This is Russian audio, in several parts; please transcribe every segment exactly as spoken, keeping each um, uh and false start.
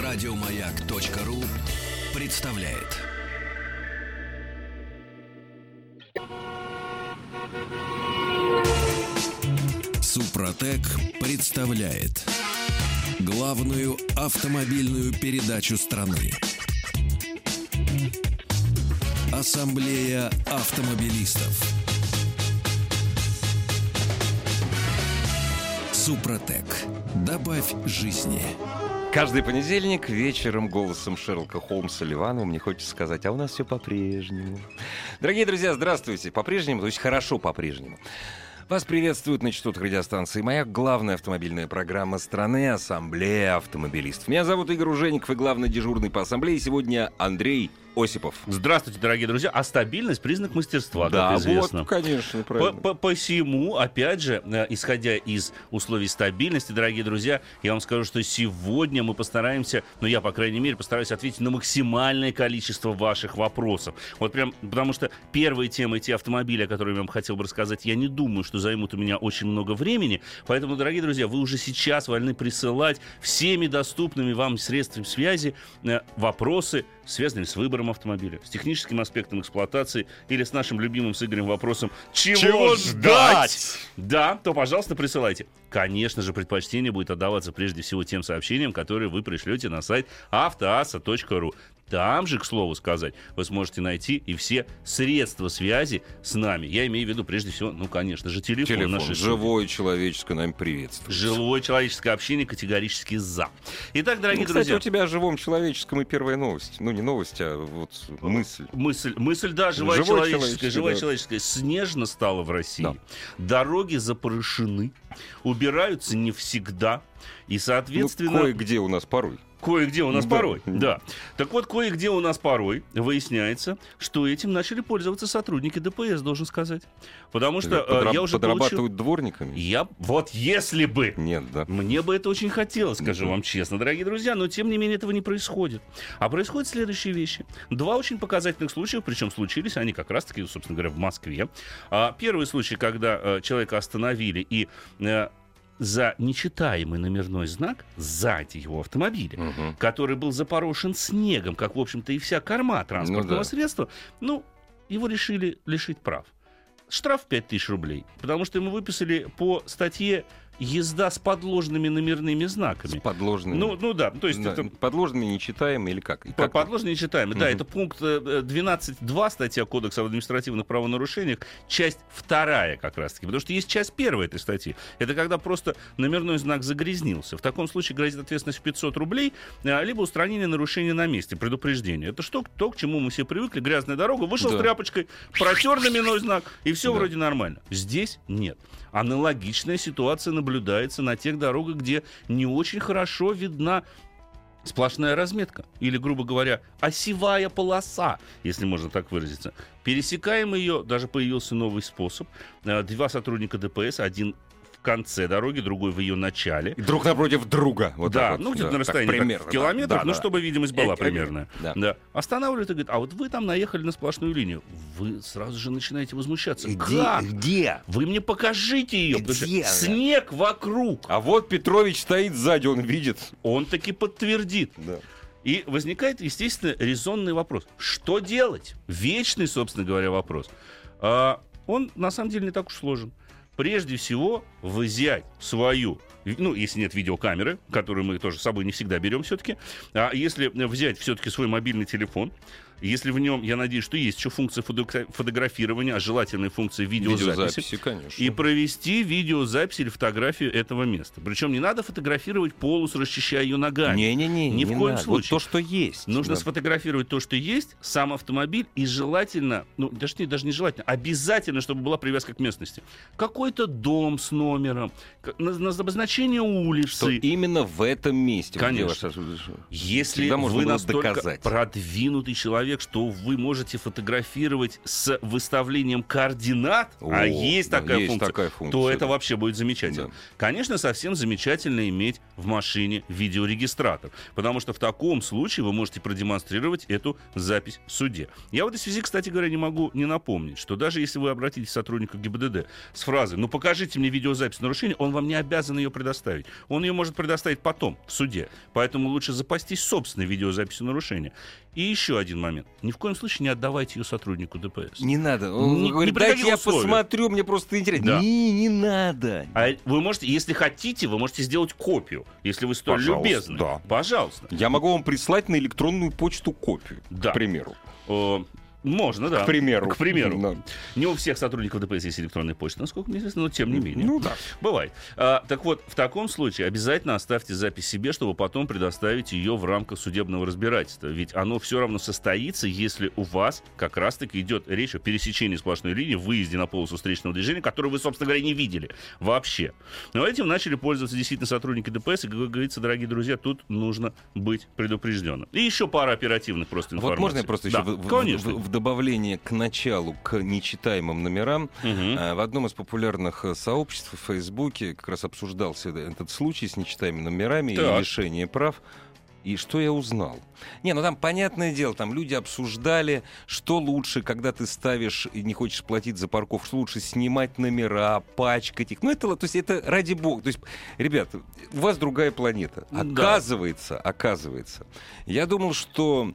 Радиомаяк.ру представляет. Супротек представляет главную автомобильную передачу страны. Ассамблея автомобилистов. Супротек. Добавь жизни. Каждый понедельник вечером голосом Шерлока Холмса Ливанова мне хочется сказать, а у нас все по-прежнему. Дорогие друзья, здравствуйте. По-прежнему, то есть хорошо по-прежнему. Вас приветствует на частотах радиостанции «Маяк», главная автомобильная программа страны «Ассамблея автомобилистов». Меня зовут Игорь Ужеников, и главный дежурный по ассамблее сегодня Андрей Осипов. Здравствуйте, дорогие друзья. А стабильность — признак мастерства, да, как известно. Вот, конечно, правильно. По- по- Посему, опять же, исходя из условий стабильности, дорогие друзья, я вам скажу, что сегодня мы постараемся, ну, я, по крайней мере, постараюсь ответить на максимальное количество ваших вопросов. Вот прям, потому что первые темы, те автомобили, о которых я вам хотел бы рассказать, я не думаю, что займут у меня очень много времени. Поэтому, дорогие друзья, вы уже сейчас вольны присылать всеми доступными вам средствами связи вопросы, связанные с выбором автомобиля, с техническим аспектом эксплуатации или с нашим любимым с Игорем вопросом «Чего, Чего ждать?». Да, то, пожалуйста, присылайте. Конечно же, предпочтение будет отдаваться прежде всего тем сообщениям, которые вы пришлете на сайт автоаса точка ру. Там же, к слову сказать, вы сможете найти и все средства связи с нами. Я имею в виду, прежде всего, ну, конечно же, телефон. Телефон. Нашей Живое человеческое нами приветствует. Живое человеческое общение категорически за. Итак, дорогие ну, кстати, друзья... у тебя о живом человеческом и первая новость. Ну, не новость, а вот мысль. Мысль, мысль да, живая живое человеческая. Живая да. человеческая. Снежно стало в России. Да. Дороги запорошены. Убираются не всегда. И, соответственно... Ну, кое-где у нас порой. Кое-где у нас да. порой, да. Так вот, кое-где у нас порой выясняется, что этим начали пользоваться сотрудники ДПС, должен сказать. Потому что Подраб- я уже подрабатывают получил... дворниками? Я... Вот если бы... Нет, да. Мне бы это очень хотелось, скажу mm-hmm. вам честно, дорогие друзья, но тем не менее этого не происходит. А происходят следующие вещи. Два очень показательных случая, причем случились они как раз-таки, собственно говоря, в Москве. Первый случай, когда человека остановили и... за нечитаемый номерной знак сзади его автомобиля, угу. который был запорошен снегом, как, в общем-то, и вся корма транспортного ну, да. средства, ну, его решили лишить прав. Штраф пять тысяч рублей, потому что ему выписали по статье «Езда с подложными номерными знаками». С подложными? Ну, ну да, то есть... Да. Это... Подложными, нечитаемыми или как? как Подложными, нечитаемыми, угу. да. Это пункт двенадцать два статья Кодекса об административных правонарушениях, часть вторая как раз-таки. Потому что есть часть первая этой статьи. Это когда просто номерной знак загрязнился. В таком случае грозит ответственность в пятьсот рублей, либо устранение нарушения на месте, предупреждение. Это что, то, к чему мы все привыкли. Грязная дорога, вышел да. с тряпочкой, протер номерной знак, и все да. вроде нормально. Здесь нет. Аналогичная ситуация наблюдается на тех дорогах, где не очень хорошо видна сплошная разметка. Или, грубо говоря, осевая полоса, если можно так выразиться. Пересекаем ее, даже появился новый способ. Два сотрудника ДПС, один в конце дороги, другой в ее начале. И друг напротив друга. Вот да, вот, ну где-то да, на расстоянии так, примерно, в километрах, да, ну да, чтобы видимость была э, примерная. Да. Да. Останавливают и говорят, а вот вы там наехали на сплошную линию. Вы сразу же начинаете возмущаться. Где? Как? Где? Вы мне покажите ее. Где? Снег вокруг. А вот Петрович стоит сзади, он видит. Он таки подтвердит. Да. И возникает, естественно, резонный вопрос. Что делать? Вечный, собственно говоря, вопрос. А, он, на самом деле, не так уж сложен. Прежде всего, взять свою, ну, если нет видеокамеры, которую мы тоже с собой не всегда берем все-таки, а если взять все-таки свой мобильный телефон, если в нем, я надеюсь, что есть еще функция фотографирования, а желательно функция видеозаписи, видеозаписи, конечно. И провести видеозапись или фотографию этого места. Причем не надо фотографировать полос, расчищая ее ногами. Не-не-не, Ни в не коем надо. случае. Вот то, что есть. Нужно да. сфотографировать то, что есть, сам автомобиль, и желательно, ну, даже не, даже не желательно, обязательно, чтобы была привязка к местности. Какой-то дом с номером, на, на обозначение улицы. Что именно в этом месте. Конечно. Вот Если вы настолько доказать. продвинутый человек, человек, что вы можете фотографировать с выставлением координат, О, а есть, да, такая, есть функция, такая функция, то да. это вообще будет замечательно. Да. Конечно, совсем замечательно иметь в машине видеорегистратор, потому что в таком случае вы можете продемонстрировать эту запись в суде. Я в этой связи, кстати говоря, не могу не напомнить, что даже если вы обратитесь к сотруднику ГИБДД с фразой «ну покажите мне видеозапись нарушения», он вам не обязан ее предоставить. Он ее может предоставить потом, в суде. Поэтому лучше запастись собственной видеозаписью нарушения. И еще один момент. Ни в коем случае не отдавайте ее сотруднику ДПС. Не надо. Он Ни- говорит, ни при дайте каких я условиях. посмотрю, мне просто интересно. Да. Не, не надо. А вы можете, если хотите, вы можете сделать копию, если вы столь Пожалуйста, любезны. да. Пожалуйста. Я могу вам прислать на электронную почту копию, Да. к примеру. Э, Можно, да. К примеру. К примеру. Да. Не у всех сотрудников ДПС есть электронная почта, насколько мне известно, но тем не менее. Ну да. Бывает. А, так вот, в таком случае обязательно оставьте запись себе, чтобы потом предоставить ее в рамках судебного разбирательства. Ведь оно все равно состоится, если у вас как раз-таки идет речь о пересечении сплошной линии, выезде на полосу встречного движения, которую вы, собственно говоря, не видели вообще. Но этим начали пользоваться действительно сотрудники ДПС, и, как говорится, дорогие друзья, тут нужно быть предупрежденным. И еще пара оперативных просто информаций. Вот можно я просто Да, еще в, в- конечно. в- в добавление к началу, к нечитаемым номерам. Мгм. А, В одном из популярных э, сообществ в Фейсбуке как раз обсуждался этот случай с нечитаемыми номерами Так. и лишение прав. И что я узнал? Не, ну там понятное дело, там люди обсуждали, что лучше, когда ты ставишь и не хочешь платить за парковку, что лучше снимать номера, пачкать их. Ну это, то есть это ради бога. То есть, ребят, у вас другая планета. Да. Оказывается, оказывается, я думал, что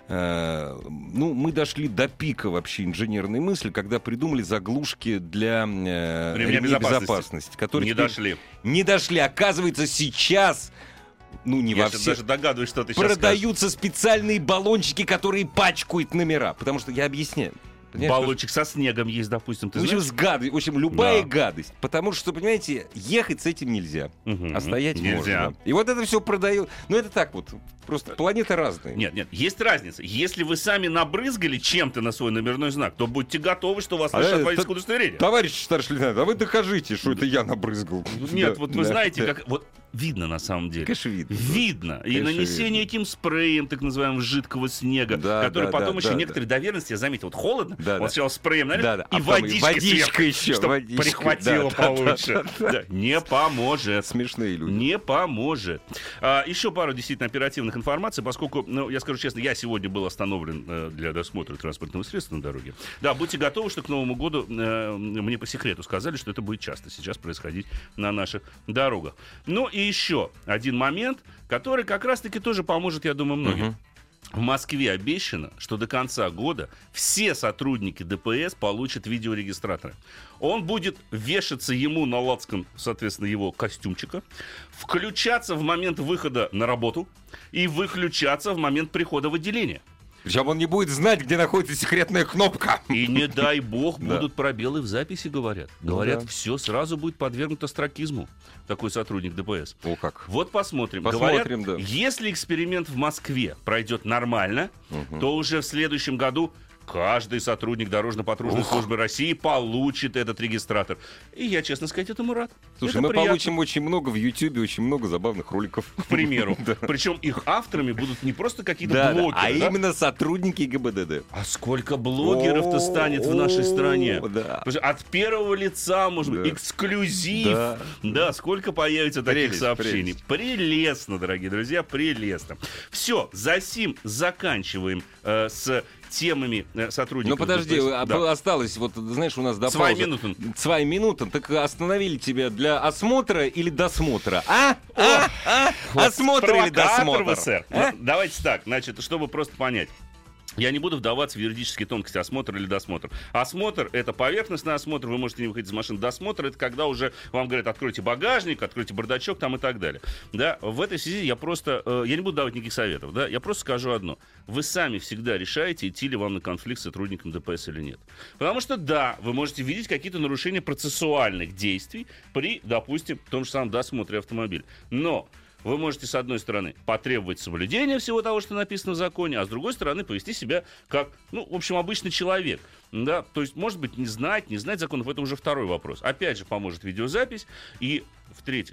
э, ну, мы дошли до пика вообще инженерной мысли, когда придумали заглушки для э, Ремня ремней безопасности. безопасности, которые Не теперь дошли. не дошли. Оказывается, сейчас, ну не Я во сейчас всех, даже догадываюсь, что ты сейчас скажешь. продаются специальные баллончики, которые пачкают номера. Потому что я объясняю. Понимаешь, Баллончик со снегом есть, допустим, ты в общем, знаешь? с гадостью, в общем, любая Да. гадость. Потому что, понимаете, ехать с этим нельзя. Мгм. А стоять Нельзя. можно. И вот это все продают. Ну, это так вот. Просто планеты разные. Нет, нет, есть разница. Если вы сами набрызгали чем-то на свой номерной знак, то будьте готовы, что у вас А, лишат э, водительского так- удостоверения. Товарищ старший лейтенант, а вы докажите, что это я набрызгал. Нет, Да, вот вы да, знаете, да. как... Вот видно на самом деле. Конечно, видно. Видно. И Конечно, нанесение видно. этим спреем, так называемого, жидкого снега, Да, который да, потом да, еще да, некоторые доверенности, я заметил, вот холодно, Да, вот да. сначала спреем налил, Да, да. А и потом и водичкой водичка сверху, еще, чтоб водичка. прихватило Да, да, получше. да, да. Да, не поможет. Смешные люди. Не поможет. А, еще пару действительно оперативных информаций, поскольку, ну, я скажу честно, я сегодня был остановлен э, для досмотра транспортного средства на дороге. Да, будьте готовы, что к Новому году э, мне по секрету сказали, что это будет часто сейчас происходить на наших дорогах. Ну и еще один момент, который как раз-таки тоже поможет, я думаю, многим. Мгм. В Москве обещано, что до конца года все сотрудники ДПС получат видеорегистраторы. Он будет вешаться ему на лацкан, соответственно, его костюмчика, включаться в момент выхода на работу и выключаться в момент прихода в отделение. Причем он не будет знать, где находится секретная кнопка. И не дай бог Да. будут пробелы в записи, говорят. Ну Говорят, да. все сразу будет подвергнуто остракизму. Такой сотрудник ДПС. О, как. Вот посмотрим. Посмотрим, Говорят, да. если эксперимент в Москве пройдет нормально, Мгм. то уже в следующем году каждый сотрудник дорожно-патрульной Ух. службы России получит этот регистратор. И я, честно сказать, этому рад. Слушай, Это мы приятно. получим очень много в Ютьюбе, очень много забавных роликов. К примеру. Да. Причем их авторами будут не просто какие-то Да, да, блогеры. а да? именно сотрудники ГИБДД. А сколько блогеров-то станет в нашей стране? О, да. Потому что от первого лица, может быть, Да. эксклюзив. Да. Да, сколько появится таких Прелесть, сообщений. Прелестно, дорогие друзья, прелестно. Все, за сим заканчиваем э, с темами э, сотрудников. Ну подожди, ДПС. а Да. осталось, вот знаешь, у нас до Zwei паузы. Minuten. Zwei Minuten. Так остановили тебя для осмотра или досмотра? А? А? А? Осмотр или Провокатор вы, досмотр? сэр. А? Ну, давайте так, значит, чтобы просто понять. Я не буду вдаваться в юридические тонкости осмотра или досмотр. Осмотр — это поверхностный осмотр, вы можете не выходить из машины. Досмотр — это когда уже вам говорят, откройте багажник, откройте бардачок там и так далее. Да, в этой связи я просто, э, я не буду давать никаких советов, да, я просто скажу одно. Вы сами всегда решаете, идти ли вам на конфликт с сотрудником ДПС или нет. Потому что, да, вы можете видеть какие-то нарушения процессуальных действий при, допустим, том же самом досмотре автомобиля. Но вы можете, с одной стороны, потребовать соблюдения всего того, что написано в законе, а с другой стороны, повести себя как, ну, в общем, обычный человек. Да? То есть, может быть, не знать, не знать законов, это уже второй вопрос. Опять же, поможет видеозапись. И, в-третьих,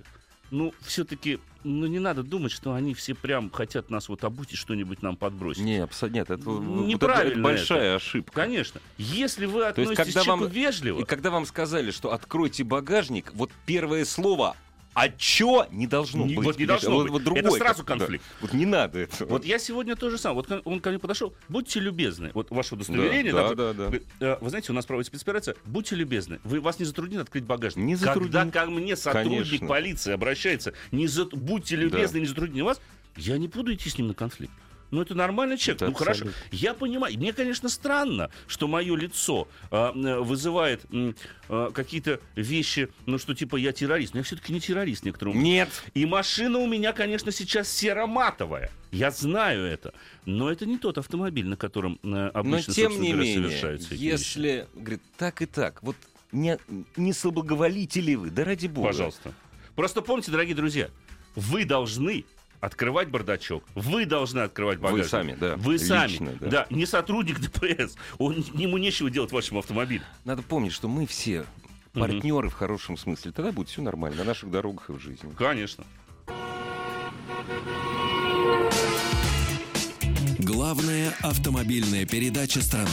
ну, все-таки, ну, не надо думать, что они все прям хотят нас вот обуть и что-нибудь нам подбросить. Не, абсолютно нет. Это, Неправильно это, это большая это. ошибка. Конечно. Если вы То есть, относитесь когда к человеку вам, вежливо... и когда вам сказали, что откройте багажник, вот первое слово «а чё» не должно Не- быть. вот не должно вот, быть. вот другое Это сразу как-то, да. конфликт. Вот не надо этого. Вот я сегодня то же самое. Вот он ко мне подошел. Будьте любезны. Вот ваше удостоверение. Да, да, да, да, говорит, «Э, Вы знаете, у нас проводится спецоперация. Будьте любезны. Вы, вас не затруднит открыть багажник. Не затруднит. Когда ко мне сотрудник Конечно. полиции обращается, не за... будьте любезны, не затрудните вас, я не буду идти с ним на конфликт. Ну, это нормальный человек. Да, ну, хорошо. абсолютно. Я понимаю. Мне, конечно, странно, что мое лицо а, э, вызывает м, а, какие-то вещи, ну, что типа я террорист. Но я все-таки не террорист некоторым. Нет. И машина у меня, конечно, сейчас серо-матовая. Я знаю это. Но это не тот автомобиль, на котором э, Но обычно, тем собственно не говоря, менее, совершаются эти вещи. если, говорит, так и так, вот не, не соблаговолите ли вы, да ради бога. Пожалуйста. Просто помните, дорогие друзья, вы должны открывать бардачок. Вы должны открывать багажник. Вы сами, да. Вы Лично, сами. да. Да. Не сотрудник ДПС. Он, ему нечего делать в вашем автомобиле. Надо помнить, что мы все партнеры в хорошем смысле. Тогда будет все нормально на наших дорогах и в жизни. Конечно. Главная автомобильная передача страны.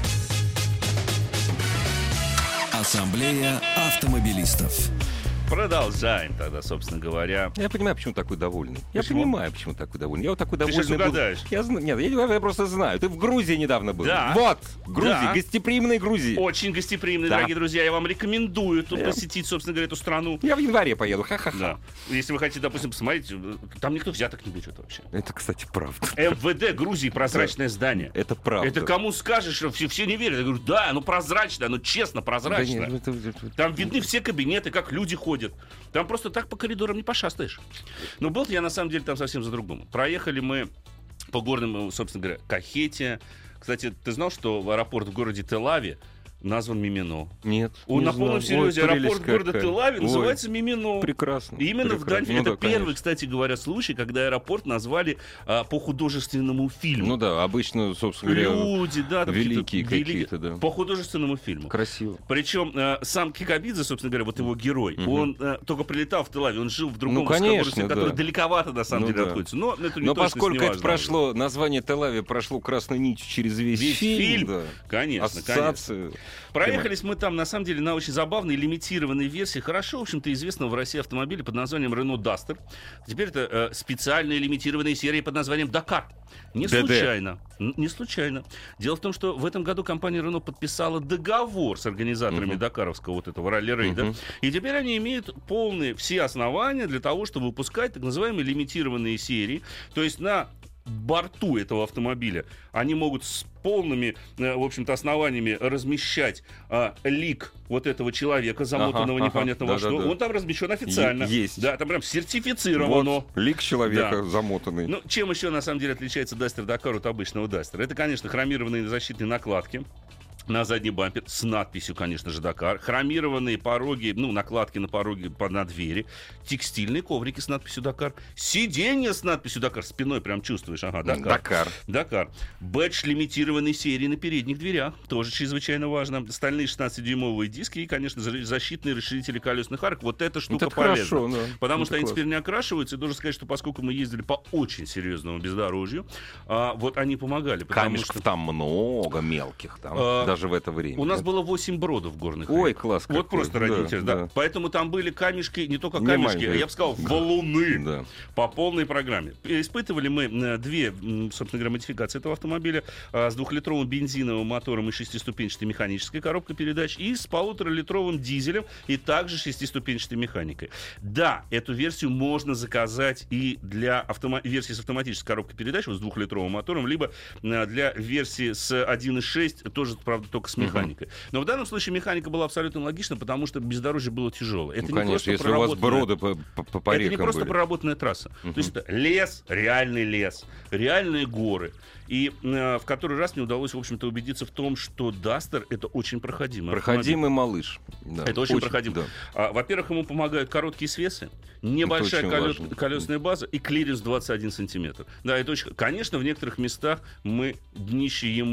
Ассамблея автомобилистов. Продолжаем тогда, собственно говоря. Я понимаю, почему такой довольный. Я Почему? понимаю, почему такой довольный. Я вот такой Ты довольный. сейчас буду. угадаешь. Я зна... Нет, я, я просто знаю. Ты в Грузии недавно был. Да. Вот, Грузия, Да. гостеприимной Грузии. Очень гостеприимный, Да. дорогие друзья. Я вам рекомендую тут Я- посетить, собственно говоря, эту страну. Я в январе поеду, ха-ха-ха. Да. Если вы хотите, допустим, посмотреть, там никто взяток не берет вообще. Это, кстати, правда. МВД Грузии прозрачное здание. Это правда. Это кому скажешь, что все, все не верят. Я говорю, да, оно прозрачное, оно честно Да прозрачно. нет, это- это- Там видны все кабинеты, как люди ходят. Там просто так по коридорам не пошастаешь. Но был я, на самом деле, там совсем за другому. Проехали мы по горным, собственно говоря, Кахете. Кстати, ты знал, что аэропорт в городе Тель-Авиве назван Мимино? Нет. Он не на полном знал. серьезе. Ой, аэропорт прелесть города какая. Тель-Авив Ой, называется Мимино. Прекрасно. И именно в прекрасно. Дальнфе. Ну Это да, первый, конечно. кстати говоря, случай, когда аэропорт назвали а, по художественному фильму. Ну да, обычно, собственно говоря, Люди, да, там великие какие-то какие-то, да. По художественному фильму. красиво. Причем э, сам Кикабидзе, собственно говоря, вот его герой, он э, только прилетал в Тель-Авив, он жил в другом Ну, конечно, городе, который да. далековато на самом Ну, деле да. находится. Но это не Но точность, поскольку не это важно прошло, название Тель-Авив прошло красной нитью через весь, Весь фильм, да. Конечно, конечно. Ассоциацию. Проехались мы там, на самом деле, на очень забавной лимитированной версии хорошо, в общем-то, известного в России автомобиля под названием Renault Duster. Теперь это э, специальная лимитированная серия под названием Dakar. Не ДД. случайно. Н- Не случайно. Дело в том, что в этом году компания Renault подписала договор с организаторами Мгм. дакаровского вот этого ралли-рейда. Мгм. И теперь они имеют полные все основания для того, чтобы выпускать так называемые лимитированные серии. То есть на борту этого автомобиля они могут с полными, э, в общем-то, основаниями размещать а, лик вот этого человека, замотанного Ага, непонятно во ага, что. да-да-да. Он там размещен официально. Е- есть. Да, там прям сертифицировано. Вот, лик человека Да. замотанный. Ну, чем еще, на самом деле, отличается Дастер Дакар от обычного Дастера? Это, конечно, хромированные защитные накладки на задний бампер с надписью, конечно же, Дакар. Хромированные пороги, ну, накладки на пороги по- на двери. Текстильные коврики с надписью Дакар. Сиденье с надписью Дакар. Спиной прям чувствуешь. Ага, Дакар. Дакар. Дакар. Бэдж лимитированной серии на передних дверях. Тоже чрезвычайно важно. Стальные шестнадцатидюймовые диски и, конечно, за- защитные расширители колесных арок. Вот эта штука это полезна. хорошо, да. Потому Это что они классно. теперь не окрашиваются. И должен сказать, что поскольку мы ездили по очень серьезному бездорожью, а, вот они помогали. потому Камешков что- там много мелких, там, А, даже в это время. У нас Это- было восемь бродов горных. Ой, рек. класс Вот какой. просто ради Да, интереса, да. да. Поэтому там были камешки, не только Не камешки, маленькие. а я бы сказал, валуны. Да. По полной программе. Испытывали мы э, две, м, собственно говоря, модификации этого автомобиля а, с двухлитровым бензиновым мотором и шестиступенчатой механической коробкой передач и с полуторалитровым дизелем и также шестиступенчатой механикой. Да, эту версию можно заказать и для автома- версии с автоматической коробкой передач, вот с двухлитровым мотором, либо э, для версии с один и шесть, тоже, правда, только с механикой. Но в данном случае механика была абсолютно логична, потому что бездорожье было тяжелое. Это Ну, не конечно, просто если у вас проработанная- броды по, по, по, по это не рекам просто были. проработанная трасса. То есть это лес, реальный лес, реальные горы. И э, в который раз мне удалось, в общем-то, убедиться в том, что Дастер — это очень проходимый автомобиль. Проходимый малыш. Да, Это очень, проходимо. да. А, во-первых, ему помогают короткие свесы, небольшая очень колес- важно. колесная база и клиренс двадцать один сантиметр. Да, это очень... Конечно, в некоторых местах мы днище ему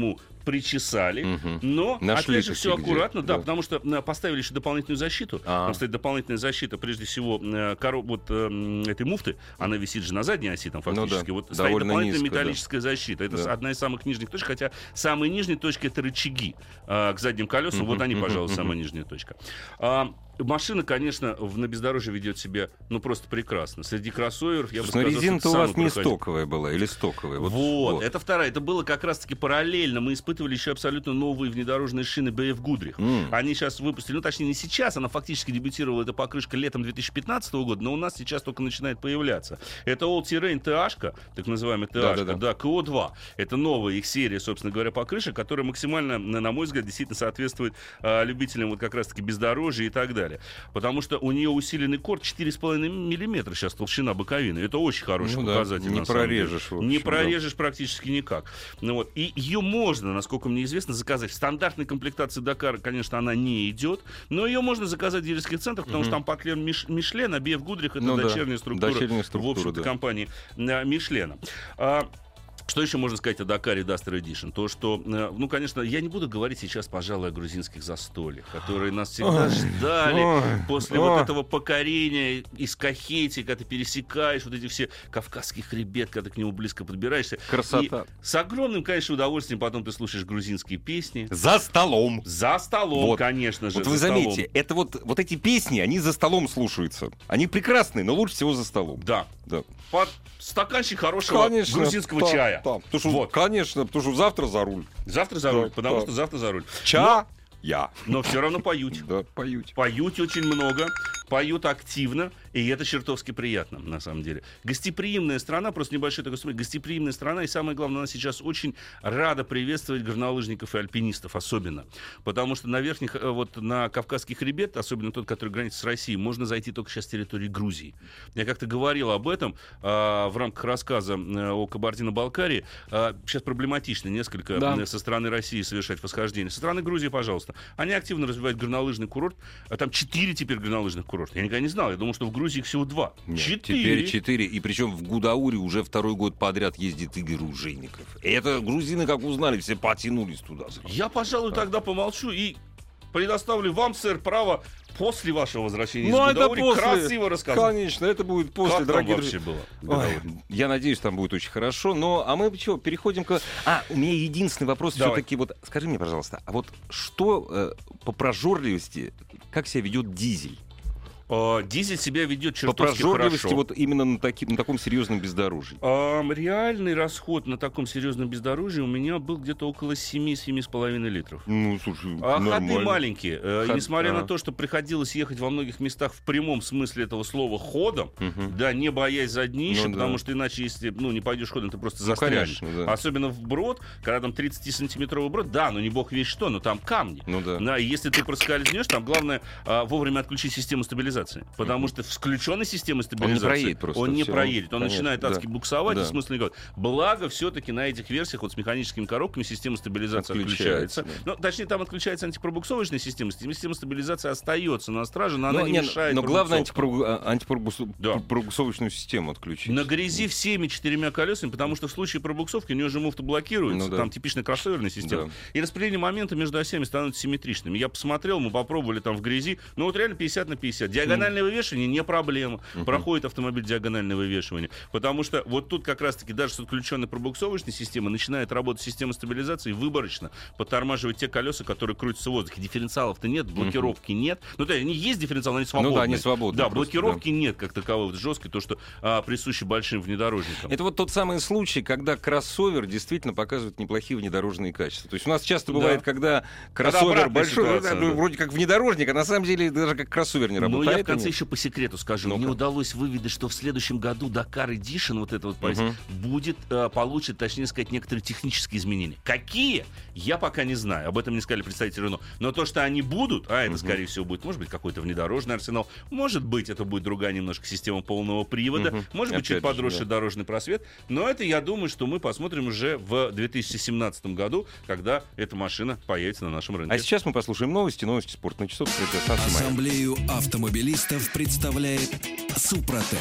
причесали, Мгм. но, Нашли опять же, все таки где, аккуратно, да, да. потому что э, поставили еще дополнительную защиту. А. Там стоит дополнительная защита, прежде всего, э, коро- вот э, м, этой муфты, она висит же на задней оси, там, Ну фактически. да, Вот стоит довольно дополнительная низко, да. металлическая защита. Это Да. с- одна из самых нижних точек, хотя самые нижние точки — это рычаги э, к задним колесам. Мгм, Вот они, мгм, пожалуй, мгм. самая нижняя точка. А, Машина, конечно, в, на бездорожье ведет себя, ну, просто прекрасно. Среди кроссоверов, я бы Слушай, сказал, ну, резина-то что у это вас самый не проходимый. стоковая была или стоковая? Вот, вот. это вторая. Это было как раз-таки параллельно. Мы испытывали еще абсолютно новые внедорожные шины би эф Goodrich. М. Они сейчас выпустили, ну, точнее, не сейчас, она фактически дебютировала, эта покрышка, летом две тысячи пятнадцатого года, но у нас сейчас только начинает появляться. Это All Terrain ти эй-шка, так называемая ти эй-шка, Да-да-да. да, ка о два. Это новая их серия, собственно говоря, покрышек, которая максимально, на на мой взгляд, действительно соответствует а, любителям вот как раз-таки бездорожья и так далее. Потому что у нее усиленный корд четыре с половиной миллиметра сейчас толщина боковины. Это очень хороший Ну да, показатель. не на самом деле. прорежешь, в общем, Не да. прорежешь практически никак. Ну, вот. И ее можно, насколько мне известно, заказать. В стандартной комплектации Dakar, конечно, она не идет, но ее можно заказать в дилерских центрах, потому Мгм. что там поклен Миш- Мишлен, а би эф Goodrich — это Ну да, дочерняя структура, дочерняя в структура, общем-то, да. компании а, Мишлена. А, Что еще можно сказать о Дакаре Duster Edition? То, что, э, ну, конечно, я не буду говорить сейчас, пожалуй, о грузинских застольях, которые нас всегда Ой, ждали ой, после ой. вот этого покорения из Кахети, когда ты пересекаешь вот эти все кавказские хребет, когда ты к нему близко подбираешься. Красота. И с огромным, конечно, удовольствием потом ты слушаешь грузинские песни. За столом. За столом, Вот. конечно же. Вот за вы столом. заметите, это вот, вот эти песни, они за столом слушаются. Они прекрасные, но лучше всего за столом. Да. Да. Под стаканчик хорошего грузинского да, чая. да. Потому что, Вот. Конечно, потому что завтра за руль. Завтра за Да, руль, потому да. что завтра за руль. Ча, я. Но, но все равно поют. Да, поют. Поют очень много, поют активно, и это чертовски приятно, на самом деле. Гостеприимная страна, просто небольшой такой смотри, гостеприимная страна, и самое главное, она сейчас очень рада приветствовать горнолыжников и альпинистов особенно. Потому что на верхних, э, вот на Кавказский хребет, особенно тот, который граничит с Россией, можно зайти только сейчас с территории Грузии. Я как-то говорил об этом э, в рамках рассказа э, о Кабардино-Балкарии. Э, сейчас проблематично несколько Да. э, со стороны России совершать восхождение. Со стороны Грузии, пожалуйста. Они активно развивают горнолыжный курорт. А там четыре теперь горнолыжных курорта. Я никогда не знал. Я думал, что в Грузии их всего два. Нет, Четыре. Теперь четыре. И причем в Гудауре уже второй год подряд ездит Игорь Ружейников. И это грузины, как узнали, все потянулись туда. Я, пожалуй, тогда помолчу и предоставлю вам, сэр, право после вашего возвращения Ну, из это Гудаури после. красиво рассказать. Конечно, это будет после, Как там дорогие вообще друзья. было? в Ой, Гудаури? я надеюсь, там будет очень хорошо. Но, а мы что, переходим к... А, у меня единственный вопрос Давай. все-таки. Вот, скажи мне, пожалуйста, а вот что э, по прожорливости, как себя ведет дизель? А, дизель себя ведет По чертовски прожорливости хорошо. вот именно на, таки- на таком серьезном бездорожье. Ам, реальный расход на таком серьезном бездорожье у меня был где-то около семь-семь с половиной литров. Ну, слушай, А ходы нормально. маленькие. Э, И Ход- несмотря а. на то, что приходилось ехать во многих местах в прямом смысле этого слова ходом, Мгм. да, не боясь за днище, Ну, потому да. что иначе, если ну, не пойдешь ходом, ты просто Ну, застрянешь. конечно, да. Особенно в брод, когда там тридцатисантиметровый брод, да, ну не бог весь что, но там камни. Ну да. Да, и если ты проскользнешь, там главное а, вовремя отключить систему стабилизации. Потому что с включенной системой стабилизации проедет просто, он не всё, проедет. Он конечно, начинает да. адски буксовать, Да. и смысла не говорит. Благо, все-таки на этих версиях вот с механическими коробками система стабилизации Отключается, отключается. да. Ну, точнее, там отключается антипробуксовочная система. Система стабилизации остается на страже, но Но, она не не, мешает но главное пробуксовке. Да. антипробуксовочную систему отключить. На грязи всеми четырьмя колесами, потому что в случае пробуксовки у нее же муфта блокируется. Ну да. Там типичная кроссоверная система. Да. И распределение момента между осями становится симметричными. Я посмотрел, мы попробовали там в грязи. Ну вот реально пятьдесят на пятьдесят. Диагональное вывешивание не проблема. Проходит автомобиль диагональное вывешивание. Потому что вот тут как раз-таки даже с отключенной пробуксовочной системой начинает работать система стабилизации и выборочно подтормаживать те колеса, которые крутятся в воздухе. Дифференциалов-то нет, блокировки нет. Ну да, они есть дифференциалы, но они свободные. Ну да, они свободные Да, просто, блокировки нет как таковой вот жесткой, то, что а, присуще большим внедорожникам. Это вот тот самый случай, когда кроссовер действительно показывает неплохие внедорожные качества. То есть у нас часто бывает, Да. когда кроссовер обратная большой, ситуация, ну, да. вроде как внедорожник, а на самом деле даже как кроссовер не Но работает. я в конце Нет? еще по секрету скажу. Ну-ка. Мне удалось выведать, что в следующем году Dakar Edition, вот это вот позиция, Мгм. будет, э, получит, точнее сказать, некоторые технические изменения. Какие? Я пока не знаю. Об этом не сказали представители Renault. Но то, что они будут, а это, Мгм. скорее всего, будет, может быть, какой-то внедорожный арсенал, может быть, это будет другая немножко система полного привода, Мгм. может быть, Опять чуть же, подросший да. дорожный просвет. Но это, я думаю, что мы посмотрим уже в две тысячи семнадцатом году, когда эта машина появится на нашем рынке. А сейчас мы послушаем новости, новости спорта на часов. Радиостанция «Маяк». Ассамблею автомобилистов представляет Супротек.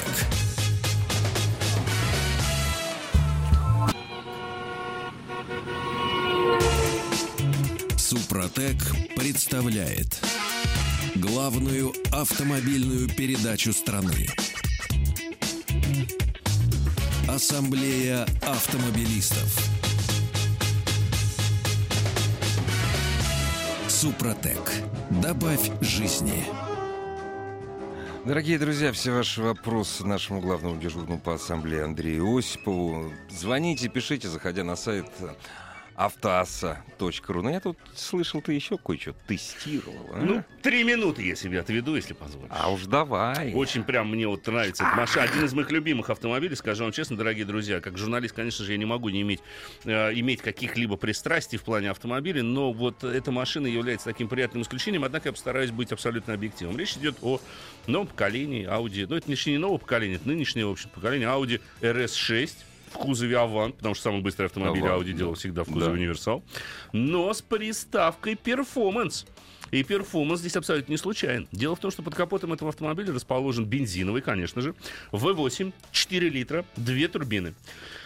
Супротек представляет главную автомобильную передачу страны. Ассамблея автомобилистов. Супротек. Добавь жизни. Дорогие друзья, все ваши вопросы нашему главному дежурному по ассамблее Андрею Осипову. Звоните, пишите, заходя на сайт автоасса точка ру. Но я тут слышал, ты еще кое-что тестировал. А? Ну, три минуты я себе отведу, если позволишь. А уж давай. Очень прям мне вот нравится эта машина. Один из моих любимых автомобилей, скажу вам честно, дорогие друзья. Как журналист, конечно же, я не могу не иметь, э, иметь каких-либо пристрастий в плане автомобилей, но вот эта машина является таким приятным исключением, однако я постараюсь быть абсолютно объективным. Речь идет о новом поколении Audi. Ну, это не новое поколение, это нынешнее, в общем, поколение Audi эр эс шесть. В кузове Avant, потому что самый быстрый автомобиль Avant, Audi да. делал всегда в кузове Да. универсал, но с приставкой Performance. И Performance здесь абсолютно не случайен. Дело в том, что под капотом этого автомобиля расположен бензиновый, конечно же, вэ восемь, четыре литра, две турбины.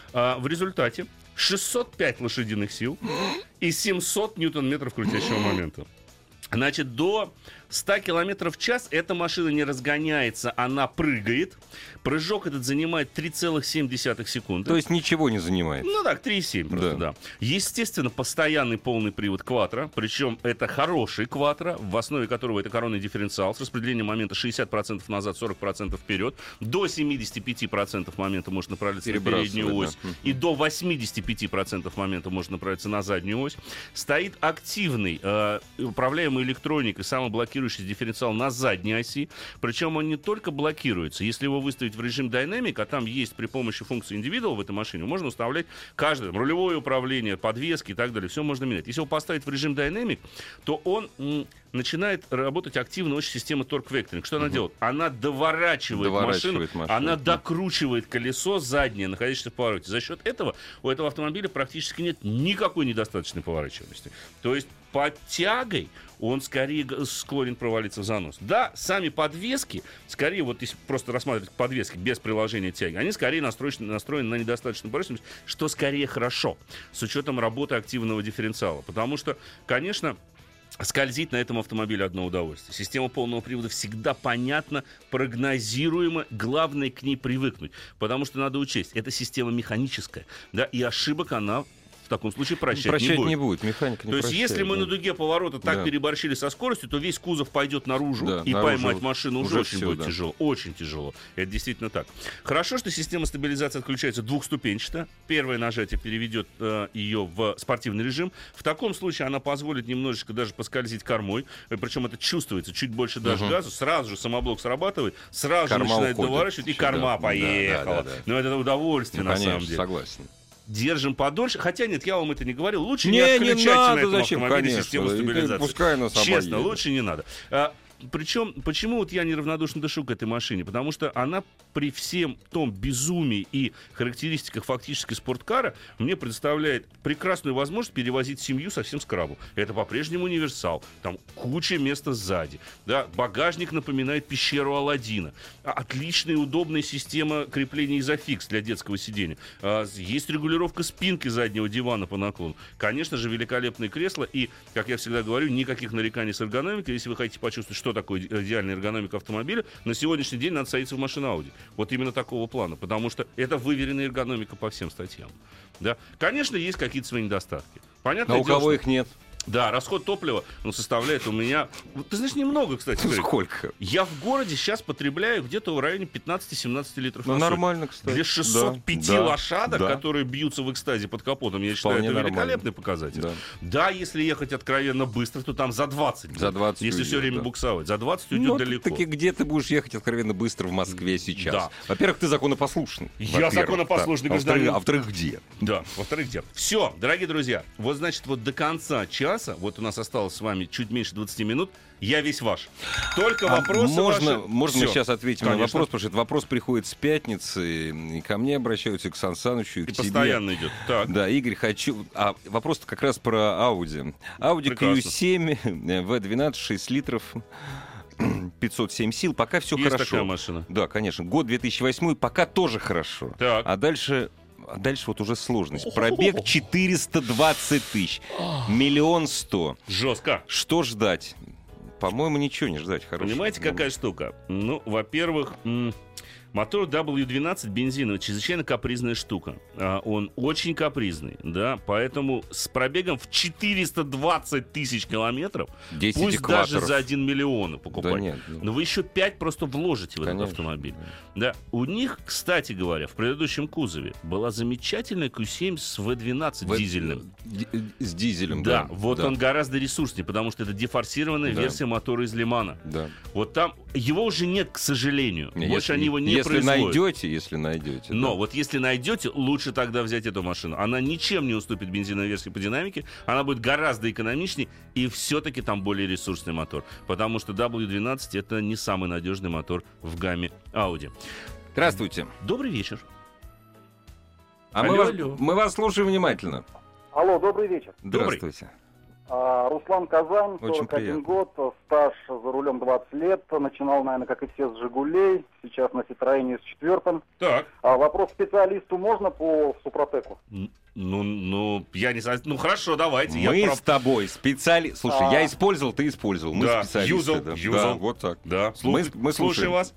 А в результате шестьсот пять лошадиных сил и семьсот ньютон-метров крутящего момента. Значит, до ста километров в час эта машина не разгоняется, она прыгает. Прыжок этот занимает три целых семь десятых секунды. То есть ничего не занимает. Ну так, три и семь просто, да. Да. Естественно, постоянный полный привод кватро, причем это хороший кватро, в основе которого это коронный дифференциал с распределением момента шестьдесят процентов назад, сорок процентов вперед. До семьдесят пять процентов момента может направиться на переднюю ось. Да. И до восемьдесят пять процентов момента может направиться на заднюю ось. Стоит активный, э, управляемый электроникой, самоблокирующий дифференциал на задней оси. Причем он не только блокируется. Если его выставить в режим Dynamic, а там есть при помощи функции Individual в этой машине, можно уставлять каждое, там, рулевое управление, подвески и так далее. Все можно менять. Если его поставить в режим Dynamic, то он м, начинает работать активно очень система Torque Vectoring. Что она Угу. делает? Она доворачивает, Доворачивает машину, машину. она докручивает колесо заднее, находящееся в повороте. За счет этого у этого автомобиля практически нет никакой недостаточной поворачиваемости. То есть под тягой он скорее г- склонен провалиться в занос. Да, сами подвески, скорее, вот если просто рассматривать подвески без приложения тяги, они скорее настроены, настроены на недостаточную поворачиваемость, что скорее хорошо, с учетом работы активного дифференциала. Потому что, конечно, скользить на этом автомобиле одно удовольствие. Система полного привода всегда понятна, прогнозируема. Главное к ней привыкнуть. Потому что надо учесть, это система механическая. Да, и ошибок она в таком случае прощать, Прощать не будет. не будет, механика не То есть, прощает, если мы да. на дуге поворота так Да. переборщили со скоростью, то весь кузов пойдет наружу, Да, и наружу поймать машину уже, уже очень всё, будет да. тяжело. Очень тяжело. Это действительно так. Хорошо, что система стабилизации отключается двухступенчато. Первое нажатие переведет э, ее в спортивный режим. В таком случае она позволит немножечко даже поскользить кормой. Э, Причем это чувствуется. Чуть больше дашь Мгм. газу, сразу же самоблок срабатывает, сразу Корма же начинает уходит. доворачивать, и Всё, корма да. поехала. Да, да, да, да. Но это удовольствие Ну, на конечно, самом деле. согласен. Держим подольше. Хотя нет, я вам это не говорил. Лучше не, Не, не отключать на надо, этом зачем, автомобиле конечно. систему И стабилизации. пускай она сама Честно, едет. лучше не надо. А, причем, почему вот я неравнодушно дышу к этой машине? Потому что она при всем том безумии и характеристиках фактически спорткара мне представляет прекрасную возможность перевозить семью совсем с крабу. Это по-прежнему универсал. Там куча места сзади. Да? Багажник напоминает пещеру Аладдина. А, Отличная и удобная система крепления изофикс для детского сидения. А, Есть регулировка спинки заднего дивана по наклону. Конечно же, великолепные кресла. И, как я всегда говорю, никаких нареканий с эргономикой. Если вы хотите почувствовать, что такое идеальная эргономика автомобиля, на сегодняшний день надо садиться в машину Audi. Вот именно такого плана. Потому что это выверенная эргономика по всем статьям. Да? Конечно, есть какие-то свои недостатки. Понятное А у дело, кого что- их нет? Да, расход топлива, ну, составляет у меня... Вот, ты знаешь, немного, кстати. Грeg. Сколько? Я в городе сейчас потребляю где-то в районе пятнадцать-семнадцать литров Ну, на сотню. нормально, кстати. Для шестисот пяти Да, лошадок, да. которые бьются в экстазе под капотом, я считаю, Вполне это нормально. великолепный показатель. Да. Да, если ехать откровенно быстро, то там за двадцать. За двадцать Если уйдет, все время да. буксовать. За двадцать уйдет Ну, далеко. таки где ты будешь ехать откровенно быстро в Москве сейчас? Да. Во-первых, ты законопослушный. Я Во-первых, законопослушный да. А гражданин. во-вторых- А во-вторых, где? Да, во-вторых, где? Все, дорогие друзья, вот, значит, вот до конца часа, вот у нас осталось с вами чуть меньше двадцати минут, я весь ваш. Только А вопросы можно, ваши. можно мы Всё. сейчас ответим на Конечно. вопрос, потому что этот вопрос приходит с пятницы, и ко мне обращаются, и к Сан Санычу, и к И тебе. постоянно идет. Так. Да, Игорь, хочу... А вопрос как раз про Audi. Audi Прекрасно. кью семь, ви двенадцать, шесть литров, пятьсот семь сил, пока все Есть хорошо. такая машина. Да, конечно. Год две тысячи восьмой, пока тоже хорошо. Так. А дальше а дальше вот уже сложность. Пробег четыреста двадцать тысяч. Миллион сто. Жестко. Что ждать? По-моему, ничего не ждать. Хорошего. Понимаете, какая штука? Ну, во-первых, м- мотор дабл ю двенадцать бензиновый чрезвычайно капризная штука. А, он очень капризный, да, поэтому с пробегом в четыреста двадцать тысяч километров, десять пусть экваторов. даже за один миллион покупать, Да нет, нет. но вы еще пять просто вложите в Конечно. этот автомобиль. Да. У них, кстати говоря, в предыдущем кузове была замечательная кью семь с ви двенадцать В- дизельным. ди- С дизелем, Да, да. вот да. он гораздо ресурснее, потому что это дефорсированная Да. версия мотора из Лимана. Да. Вот там его уже нет, к сожалению. Не, Больше если, они его не если производят. найдете, если найдете. Но да. вот если найдете, лучше тогда взять эту машину. Она ничем не уступит бензиновой версии по динамике. Она будет гораздо экономичнее. И все-таки там более ресурсный мотор. Потому что дабл ю двенадцать это не самый надежный мотор в гамме Audi. Здравствуйте. Добрый вечер. А Алло, мы, вас, алло. мы вас слушаем внимательно. Алло, добрый вечер. Добрый. Здравствуйте. А, Руслан, Казань, Очень сорок один приятно. год, стаж за рулем двадцать лет. Начинал, наверное, как и все, с «Жигулей». Сейчас на «Ситроене» с четвертым. Так. А, вопрос специалисту можно по «Супротеку»? Н- Ну, ну, я не знаю. Ну, хорошо, давайте. Мы я с тобой специалисты. Слушай, А. я использовал, ты использовал. Мы Да, специалисты. юзал, да. юзал. Да, вот так. Да, Мы- слуш- мы слушаем слушаем. вас.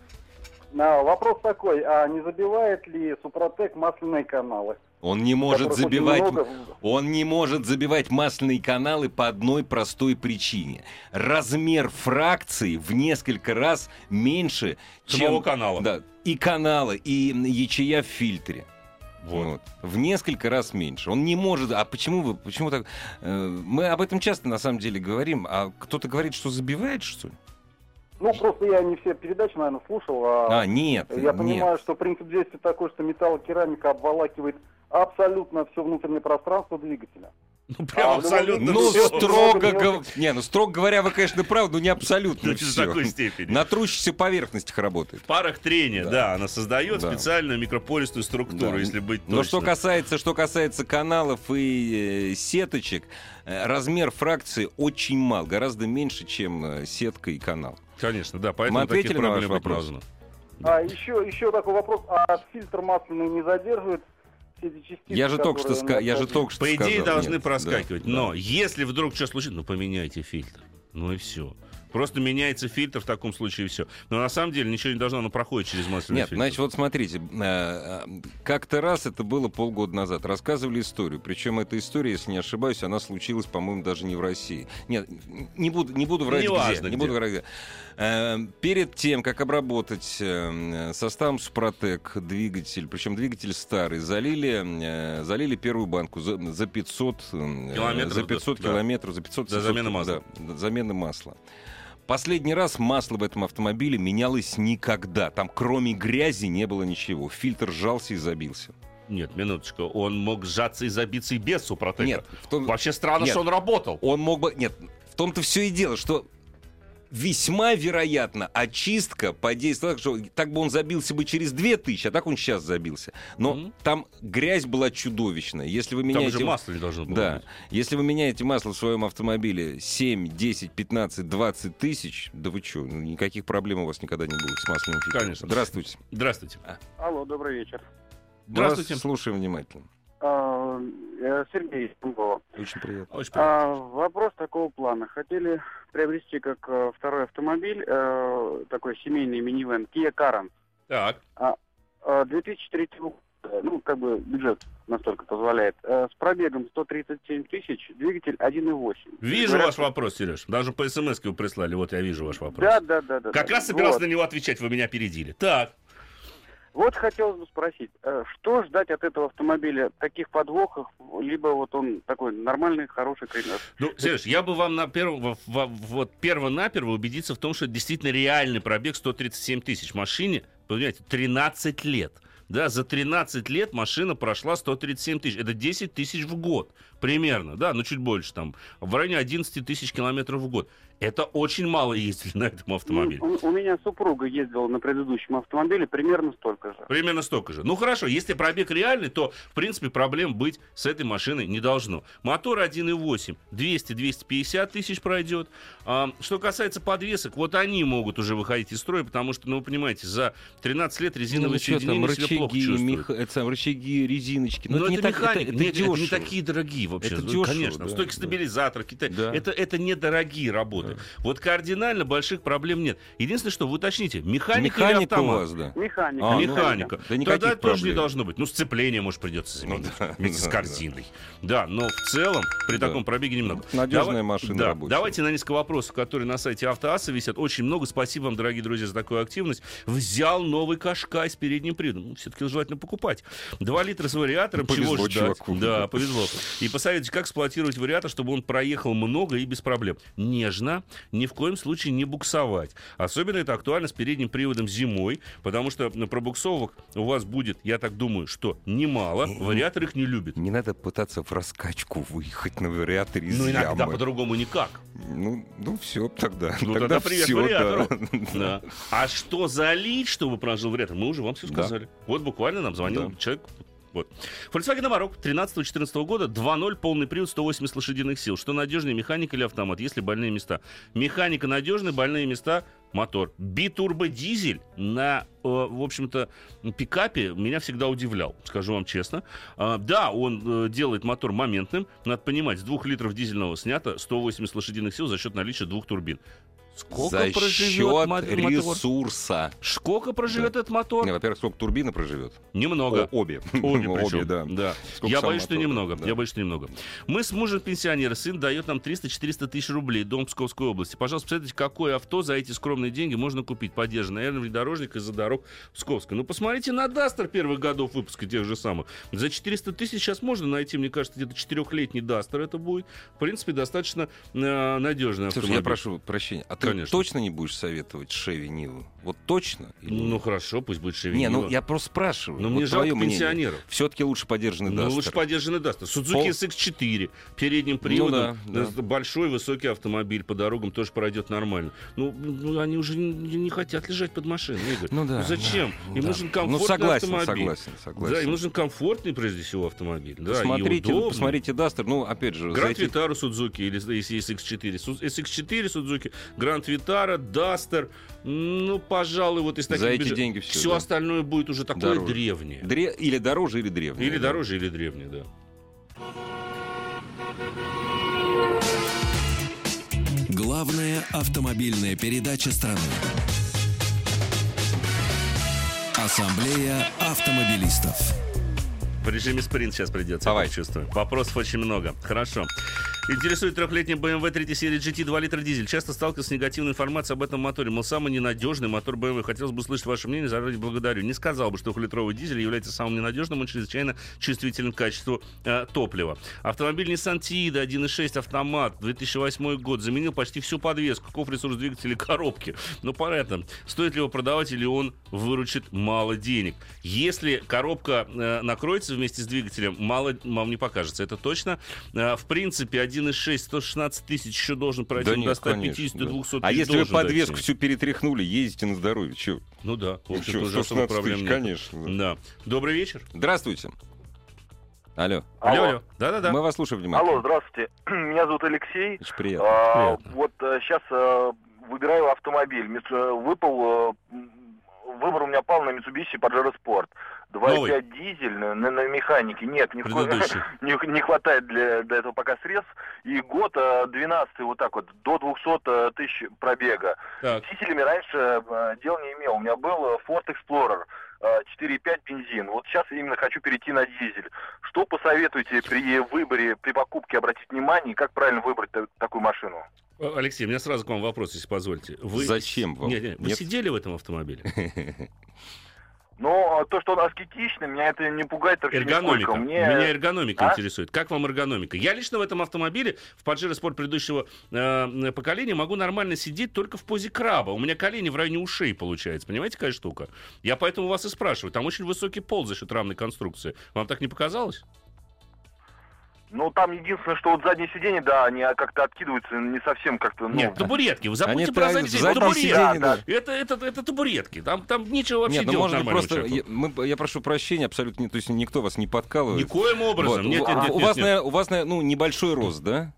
А, вопрос такой, а не забивает ли «Супротек» масляные каналы? Он не может Которых очень забивать, много. он не может забивать масляные каналы по одной простой причине. Размер фракции в несколько раз меньше, Самого чем канала. Да, и канала, и ячея в фильтре. Вот. Вот. В несколько раз меньше. Он не может. А почему вы? Почему так? Э, Мы об этом часто на самом деле говорим. А кто-то говорит, что забивает, что ли? Ну, просто я не все передачи, наверное, слушал. А, А, нет. я нет. понимаю, что принцип действия такой, что металлокерамика обволакивает абсолютно все внутреннее пространство двигателя. Ну, прям А, в любом абсолютно Ну, всё. всё. строго Много говоря, не, ну строго говоря, вы, конечно, правы, но не абсолютно Ну, не в все. такой степени. На трущихся поверхностях работает. В парах трения, Да. да. она создает Да. специальную микропористую структуру, Да. если быть Но что точным. касается, что касается каналов и э, сеточек, э, размер фракции очень мал, гораздо меньше, чем э, сетка и канал. Конечно, да, поэтому Мы таких ответили на ваш проблем быть вопрос? должно. А еще, еще такой вопрос, а фильтр масляный не задерживает все эти частицы? Я же только что, которые ска- я же необходимы? только что По идее, сказал. должны Нет, проскакивать. да, Но да. если вдруг что случится, ну поменяйте фильтр. Ну и все. Просто меняется фильтр в таком случае и все. Но на самом деле ничего не должно, оно проходит через масляный Нет, фильтр. значит, вот смотрите, э, э, как-то раз, это было полгода назад, рассказывали историю. Причем эта история, если не ошибаюсь, она случилась, по-моему, даже не в России. Нет, не буду, не буду врать, Неважно где. Не где. буду врать, где. Э, перед тем, как обработать э, составом Супротек двигатель, причем двигатель старый, залили, э, залили первую банку за, за пятьсот, э, Километров, за пятьсот да. километров, за пятьсот За семьсот замену масла. Да, замена масла. Последний раз масло в этом автомобиле менялось никогда. Там кроме грязи не было ничего. Фильтр сжался и забился. Нет, минуточку. Он мог сжаться и забиться и без Супротека. Нет, в том- Вообще странно, Нет. что он работал. Он мог бы... Нет, в том-то все и дело, что весьма вероятно очистка подействовала, что так бы он забился бы через две тысячи, а так он сейчас забился. Но Мгм. там грязь была чудовищная. Если вы Там меняете... же масла не должно было Да. быть. Если вы меняете масло в своем автомобиле семь, десять, пятнадцать, двадцать тысяч, да вы что, никаких проблем у вас никогда не будет с масляным фильтром. Конечно. Здравствуйте. Здравствуйте. Алло, добрый вечер. Здравствуйте. Мы вас слушаем внимательно. А, э, Сергей из Тамбова. Очень приятно. Очень приятно. А, вопрос такого плана. Хотели приобрести как э, второй автомобиль, э, такой семейный минивэн Kia Carens. Так. Э, две тысячи третьего года, ну, как бы бюджет настолько позволяет. Э, с пробегом сто тридцать семь тысяч, двигатель один и восемь. Вижу Говорят, ваш вопрос, Сереж. Даже по смс-ке вы прислали. Вот я вижу ваш вопрос. Да, да, да, да. Как да. раз собирался Вот. на него отвечать, вы меня опередили. Так. Вот хотелось бы спросить, э, что ждать от этого автомобиля? Таких подвохов, либо вот он такой нормальный, хороший кренер? Ну, Сереж, я бы вам на первом, во- во- вот перво-наперво убедиться в том, что это действительно реальный пробег сто тридцать семь тысяч машине, понимаете, тринадцать лет. Да, за тринадцать лет машина прошла сто тридцать семь тысяч. Это десять тысяч в год примерно, да, ну чуть больше там, в районе одиннадцать тысяч километров в год. Это очень мало ездили на этом автомобиле. Ну, у, у меня супруга ездила на предыдущем автомобиле примерно столько же. Примерно столько же. Ну хорошо, если пробег реальный, то в принципе проблем быть с этой машиной не должно. Мотор один и восемь, двести - двести пятьдесят тысяч пройдет. А, что касается подвесок, вот они могут уже выходить из строя, потому что, ну вы понимаете, за тринадцать лет резиновые Ну, что соединения там, себя плохо рычаги, чувствуют. мех- это, сам, рычаги, резиночки. Но это, это, не так, механика, это, это, нет, это не дешево. такие дорогие вообще. Это Ну, дешево, конечно, да, стойки да. стабилизатора, какие-то, Да. это, это недорогие работы. Да. Вот кардинально больших проблем нет. Единственное, что вы уточните, механика, или Механика у автомат? вас, да. Механика. А, ну, Механика. да никаких Тогда тоже проблем. не должно быть. Ну, сцепление, может, придется заменить Ну, да, вместе да, с корзиной. Да. но в целом при Да. таком пробеге немного. Надежная Давай- машина да. рабочая. Давайте на несколько вопросов, которые на сайте Автоасса висят. Очень много. Спасибо вам, дорогие друзья, за такую активность. Взял новый Кашкай с передним приводом. Ну, все-таки желательно покупать. Два литра с вариатором. Повезло Чего ждать? чуваку. Да, повезло. И посоветуйте, как эксплуатировать вариатор, чтобы он проехал много и без проблем. Нежно, ни в коем случае не буксовать. Особенно это актуально с передним приводом зимой, потому что на пробуксовок у вас будет, я так думаю, что немало. Вариатор их не любит. Не надо пытаться в раскачку выехать на вариаторе из Ну, иногда ямы. по-другому никак. Ну, ну все тогда. Ну, тогда, привет всё, вариатору. да. Да. А что залить, чтобы прожил вариатор, мы уже вам все Да. сказали. Вот буквально нам звонил Да. человек. Вот. Volkswagen Amarok тринадцатого-четырнадцатого года, два ноль, полный привод, сто восемьдесят лошадиных сил. Что надежнее, механика или автомат, если больные места? Механика надежная, больные места — мотор. Битурбодизель на, э, в общем-то, пикапе меня всегда удивлял, скажу вам честно. А, да, он э, делает мотор моментным. Надо понимать, с двух литров дизельного снято сто восемьдесят лошадиных сил за счет наличия двух турбин. Сколько За проживет счет мо- мотор? ресурса. Сколько проживет этот мотор? Не, во-первых, сколько турбина проживет? Немного. О, обе. Обе, Ну, причем. да. Да. Сколько Я сам боюсь, что мотор, немного. да. Я боюсь, что немного. Мы с мужем пенсионеры. Сын дает нам триста-четыреста тысяч рублей. Дом Псковской области. Пожалуйста, посмотрите, какое авто за эти скромные деньги можно купить. Поддержанное. Наверное, внедорожник из-за дорог Псковской. Ну, посмотрите на Дастер первых годов выпуска тех же самых. За четыреста тысяч сейчас можно найти, мне кажется, где-то четырехлетний Дастер это будет. В принципе, достаточно э, надежный автомобиль. Слушай, я прошу прощения, а ты Конечно. точно не будешь советовать Шеви Ниву? Вот точно? Или Ну, нет? хорошо, пусть будет Шеви. Не, ну Нива. я просто спрашиваю. Но Вот мне жалко твое мнение. пенсионеров. Все-таки лучше поддержанный Ну, Дастер. лучше поддержанный Дастер. Suzuki Пол- эс икс четыре, передним приводом, да, да. э, большой высокий автомобиль, по дорогам тоже пройдет нормально. Ну, ну, они уже не, не хотят лежать под машиной, Игорь. Ну да. Зачем? да, Им да. нужен комфортный Ну согласен, автомобиль. согласен, согласен. Да, им нужен комфортный, прежде всего, автомобиль. Да, и Посмотрите, удобный. посмотрите Дастер. Ну, опять же, за Гранд эти- Витара Судзуки или если эс икс четыре. Су- эс икс четыре Судзуки, Гранд Витара, Дастер. Ну, пожалуй, вот из таких За эти бюджет- деньги всё, Все да. остальное будет уже такое Дороже. древнее. Дре- Или дороже, или древнее. Или да. дороже, или древнее, да. Главная автомобильная передача страны. Ассамблея автомобилистов. В режиме спринт сейчас придется, Давай. я чувствую. Вопросов очень много. Хорошо. Интересует трехлетний бэ эм вэ третьей серии джи ти два литра дизель. Часто сталкивался с негативной информацией об этом моторе. Мол, самый ненадежный мотор бэ эм вэ. Хотелось бы услышать ваше мнение, заранее благодарю. Не сказал бы, что двухлитровый дизель является самым ненадежным, он чрезвычайно чувствителен к качеству э, топлива. Автомобиль Nissan Tiida один и шесть автомат, две тысячи восьмой год. Заменил почти всю подвеску, каков ресурс двигателя и коробки. Ну, понятно. Стоит ли его продавать или он выручит мало денег? Если коробка э, накроется вместе с двигателем, мало вам не покажется. Это точно. Э, в принципе, один и шесть, сто шестнадцать тысяч еще должен пройти, Да он нет, до ста конечно, пятидесяти да. двухсот А тысяч если вы должен подвеску дойти. всю перетряхнули, ездите на здоровье, че? Ну да, в общем-то, Чё, уже особо 116 проблем тысяч, нет. конечно. Да. Добрый вечер. Здравствуйте. Алло. Алло, алло. Да-да-да. Мы вас слушаем внимательно. Алло, здравствуйте. Меня зовут Алексей. Очень приятно. А, Приятно. вот сейчас выбираю автомобиль. Митсу- Выпал, э, выбор у меня пал на Mitsubishi Pajero Sport. два и пять дизель на, на- на механике. Нет, ни в коем- Предыдущий. не, не хватает для, для этого пока средств. И год э, двенадцатый вот так вот, до двухсот э, тысяч пробега. Так. С дизелями раньше э, дел не имел. У меня был э, Ford Explorer. э, четыре и пять бензин. Вот сейчас именно хочу перейти на дизель. Что посоветуете при выборе, при покупке обратить внимание, и как правильно выбрать та- такую машину? Алексей, у меня сразу к вам вопрос, если позволите. Вы... Зачем вам? Нет, нет, вы Нет? сидели в этом автомобиле? Но то, что он аскетичный, меня это не пугает вообще Эргономика. нисколько. Мне... Меня эргономика А? интересует. Как вам эргономика? Я лично в этом автомобиле, в Pajero Sport предыдущего э, поколения, могу нормально сидеть только в позе краба. У меня колени в районе ушей получается. Понимаете, какая штука? Я поэтому вас и спрашиваю. Там очень высокий пол за счет рамной конструкции. Вам так не показалось? Ну, там единственное, что вот задние сиденья, да, они как-то откидываются не совсем как-то, ну... Нет, табуретки. Вы забудьте Они про так- задние сиденья. задние Табуретки. сиденья, да. Это, это, это табуретки. Там, там нечего вообще Нет, ну делать можно нормальному просто... Я, человеку. мы- я прошу прощения, абсолютно, не- то есть никто вас не подкалывает. Никоим образом. Вот. Нет, у, нет, нет, у нет, вас, нет. наверное, у вас, наверное, ну, небольшой рост, да?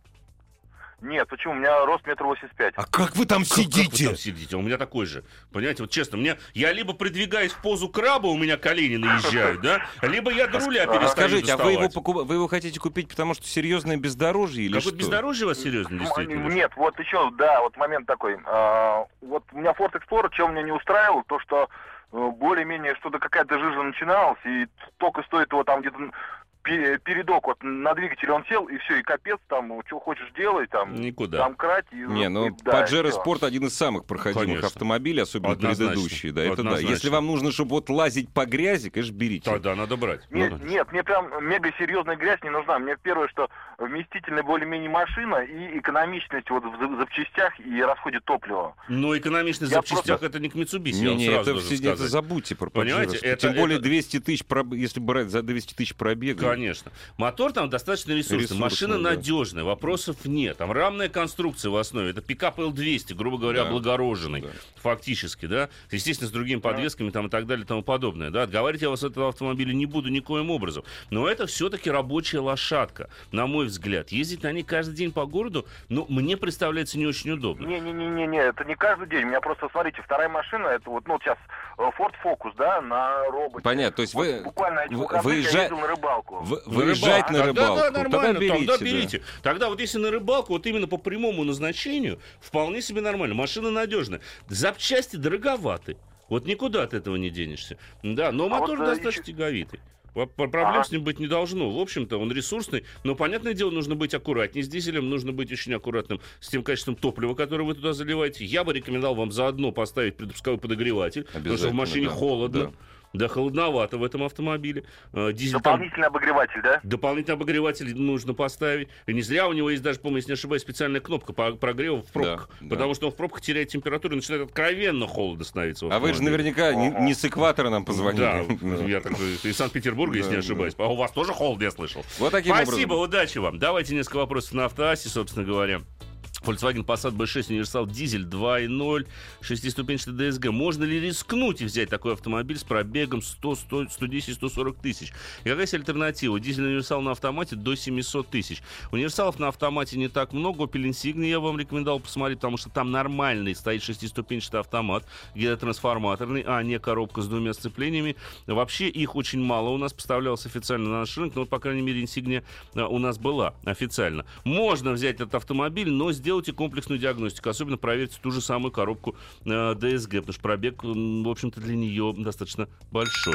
Нет, почему? У меня рост метр восемьдесят пять. А как вы там Как- как вы сидите? там сидите? У меня такой же. Понимаете, вот честно, мне, я либо придвигаюсь в позу краба, у меня колени наезжают, да, либо я до руля перестаю Скажите, а вы его, доставать. покуп- вы его хотите купить, потому что серьезное бездорожье или Какое-то что? бездорожье у вас серьезно, действительно? Нет, вот еще, да, вот момент такой. А, вот у меня Ford Explorer, что меня не устраивало, то, что э, более-менее что-то какая-то жижа начиналась, и только стоит его там где-то пе- передок вот на двигателе он сел, и все, и капец, там, что хочешь делай, там, Никуда. там крать. И, Не, ну и, да, Pajero и всё. Sport один из самых проходимых Конечно. автомобилей, особенно Однозначно. предыдущие. Да, это да. Однозначно. Если вам нужно, чтобы вот лазить по грязи, конечно, берите. Тогда надо брать. Нет, Ну, нет, мне прям мега серьезная грязь не нужна. Мне первое, что вместительная более-менее машина и экономичность вот в за- запчастях и расходе топлива. Но экономичность в Я запчастях просто- это не к Mitsubishi, Не, я вам не, сразу это, должен все, это сказать. забудьте про Понимаете, Pajero. это- Тем более это- двести тысяч, проб- если брать за двести тысяч пробега. Конечно. Мотор там достаточно ресурсный. Ресурсный, Машина да. надежная, вопросов нет. Там рамная конструкция в основе. Это пикап эл двести, грубо говоря, Да. облагороженный. Да. Фактически, да. Естественно, с другими подвесками там и так далее и тому подобное. Да. Отговаривать я вас от этого автомобиля не буду никоим образом. Но это все-таки рабочая лошадка, на мой взгляд. Ездить на ней каждый день по городу, ну, мне представляется не очень удобно. Не-не-не-не, это не каждый день. У меня просто, смотрите, вторая машина, это вот, ну, сейчас э, Ford Focus, да, на роботе. Понятно, то есть Вот вы- буквально эти вы- выходные выезжа- я ездил на рыбалку. В- На выезжать на рыбалку. рыбалку. Да, да, нормально, Тогда берите. тогда да. берите. Тогда вот если на рыбалку, вот именно по прямому назначению, вполне себе нормально. Машина надежная. Запчасти дороговаты. Вот никуда от этого не денешься. Да, но А мотор вот, э, достаточно еще- тяговитый. Во- по- Проблем Ага. с ним быть не должно. В общем-то, он ресурсный, но, понятное дело, нужно быть аккуратнее с дизелем, нужно быть очень аккуратным с тем качеством топлива, которое вы туда заливаете. Я бы рекомендовал вам заодно поставить предпусковой подогреватель, потому что в Обязательно, машине да, холодно. да. Да, холодновато в этом автомобиле. Э, Дизель там Дополнительный обогреватель, да? дополнительный обогреватель нужно поставить. И не зря у него есть даже, помню, если не ошибаюсь, специальная кнопка по прогреву в пробках. Да, да. Потому что он в пробках теряет температуру и начинает откровенно холодно становиться. в А вы же автомобиле. наверняка не, не с экватора нам Да, позвонили. я так, из Санкт-Петербурга, если не Да, ошибаюсь. А у вас тоже холодно, я слышал. Вот таким Спасибо, образом. удачи вам. Давайте несколько вопросов на автоассе, собственно говоря. Volkswagen Passat би шесть универсал дизель два и ноль, шестиступенчатый ди эс джи. Можно ли рискнуть и взять такой автомобиль с пробегом сто, сто, сто десять - сто сорок тысяч? И какая есть альтернатива? Дизельный универсал на автомате до семьсот тысяч. Универсалов на автомате не так много. Opel Insignia я вам рекомендовал посмотреть, потому что там нормальный стоит шестиступенчатый автомат, гидротрансформаторный, а не коробка с двумя сцеплениями. Вообще их очень мало у нас поставлялось официально на наш рынок, но вот, по крайней мере, Insignia а, у нас была официально. Можно взять этот автомобиль, но сделайте комплексную диагностику, особенно проверьте ту же самую коробку э, ди эс джи, потому что пробег, м, в общем-то, для нее достаточно большой.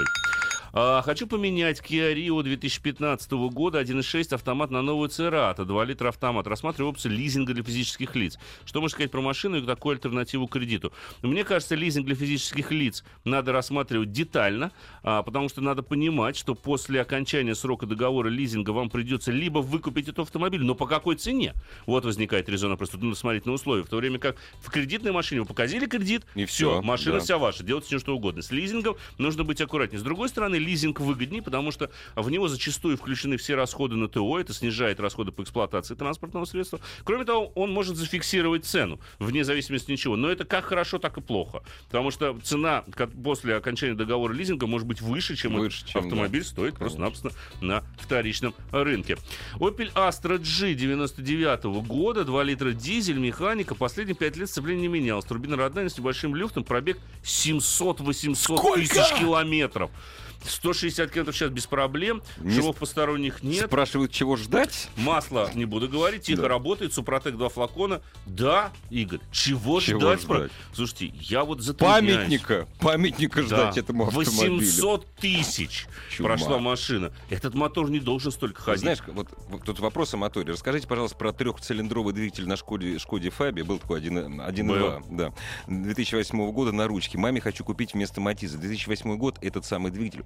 А, хочу поменять Kia Rio две тысячи пятнадцатого года, один и шесть автомат на новую Cerato, два литра автомат. Рассматриваю опцию лизинга для физических лиц. Что можно сказать про машину и такую альтернативу кредиту? Мне кажется, лизинг для физических лиц надо рассматривать детально, а, потому что надо понимать, что после окончания срока договора лизинга вам придется либо выкупить этот автомобиль, но по какой цене? Вот возникает резон, просто нужно смотреть на условия. В то время как в кредитной машине вы показали кредит, И все, всё, машина да. вся ваша, делайте с ним что угодно. С лизингом нужно быть аккуратнее. С другой стороны, лизинг выгоднее, потому что в него зачастую включены все расходы на ТО, это снижает расходы по эксплуатации транспортного средства. Кроме того, он может зафиксировать цену, вне зависимости от ничего. Но это как хорошо, так и плохо. Потому что цена ка- после окончания договора лизинга может быть выше, чем Выше, этот чем, автомобиль да. стоит просто-напросто на вторичном рынке. Opel Astra G девяносто девятого года, два литра дизель, механика. Последние пять лет сцепление не менялось. Турбина родная, с небольшим люфтом, пробег семьсот-восемьсот тысяч километров. сто шестьдесят километров в час без проблем. Не Шумов посторонних нет. Спрашивают, чего ждать? Масло, не буду говорить, тихо Да. работает. Супротек два флакона. Да, Игорь, чего, Чего ждать? ждать? спра- Слушайте, я вот затрудняюсь. Памятника. Памятника Да. ждать этому автомобилю. восемьсот тысяч Чума. прошла машина. Этот мотор не должен столько Вы ходить. знаешь, вот, вот тут вопрос о моторе. Расскажите, пожалуйста, про трехцилиндровый двигатель на Шкоде, Шкоде Фабе. Был такой один и два. Да. две тысячи восьмого года на ручке. Маме хочу купить вместо Матиза. две тысячи восьмой год этот самый двигатель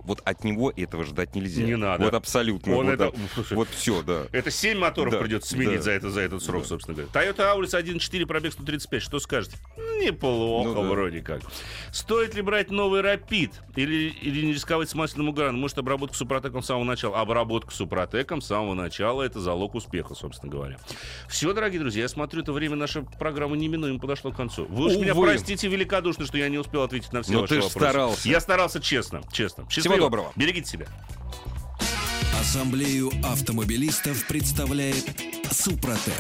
вот от него этого ждать нельзя. Не надо. Вот абсолютно. Он вот, это- да. Вот все, да. Это семь моторов Да, придется сменить да. за, это, за этот срок, Да. собственно говоря. Toyota Auris один четыре, пробег сто тридцать пять. Что скажете? Неплохо, Ну да. вроде как. Стоит ли брать новый Rapid? Или, или не рисковать с масляным угараном? Может, обработка Супротеком с самого начала? Обработка Супротеком с самого начала — это залог успеха, собственно говоря. Все, дорогие друзья, я смотрю, это время нашей программы неминуемо подошло к концу. Вы уж меня Увы. простите великодушно, что я не успел ответить на все Но ваши ты ж вопросы. старался. Я старался честно, честно. Всего доброго. Берегите себя. Ассамблею автомобилистов представляет Супротек.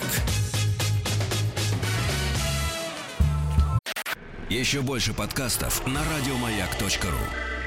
Еще больше подкастов на радиомаяк точка ру.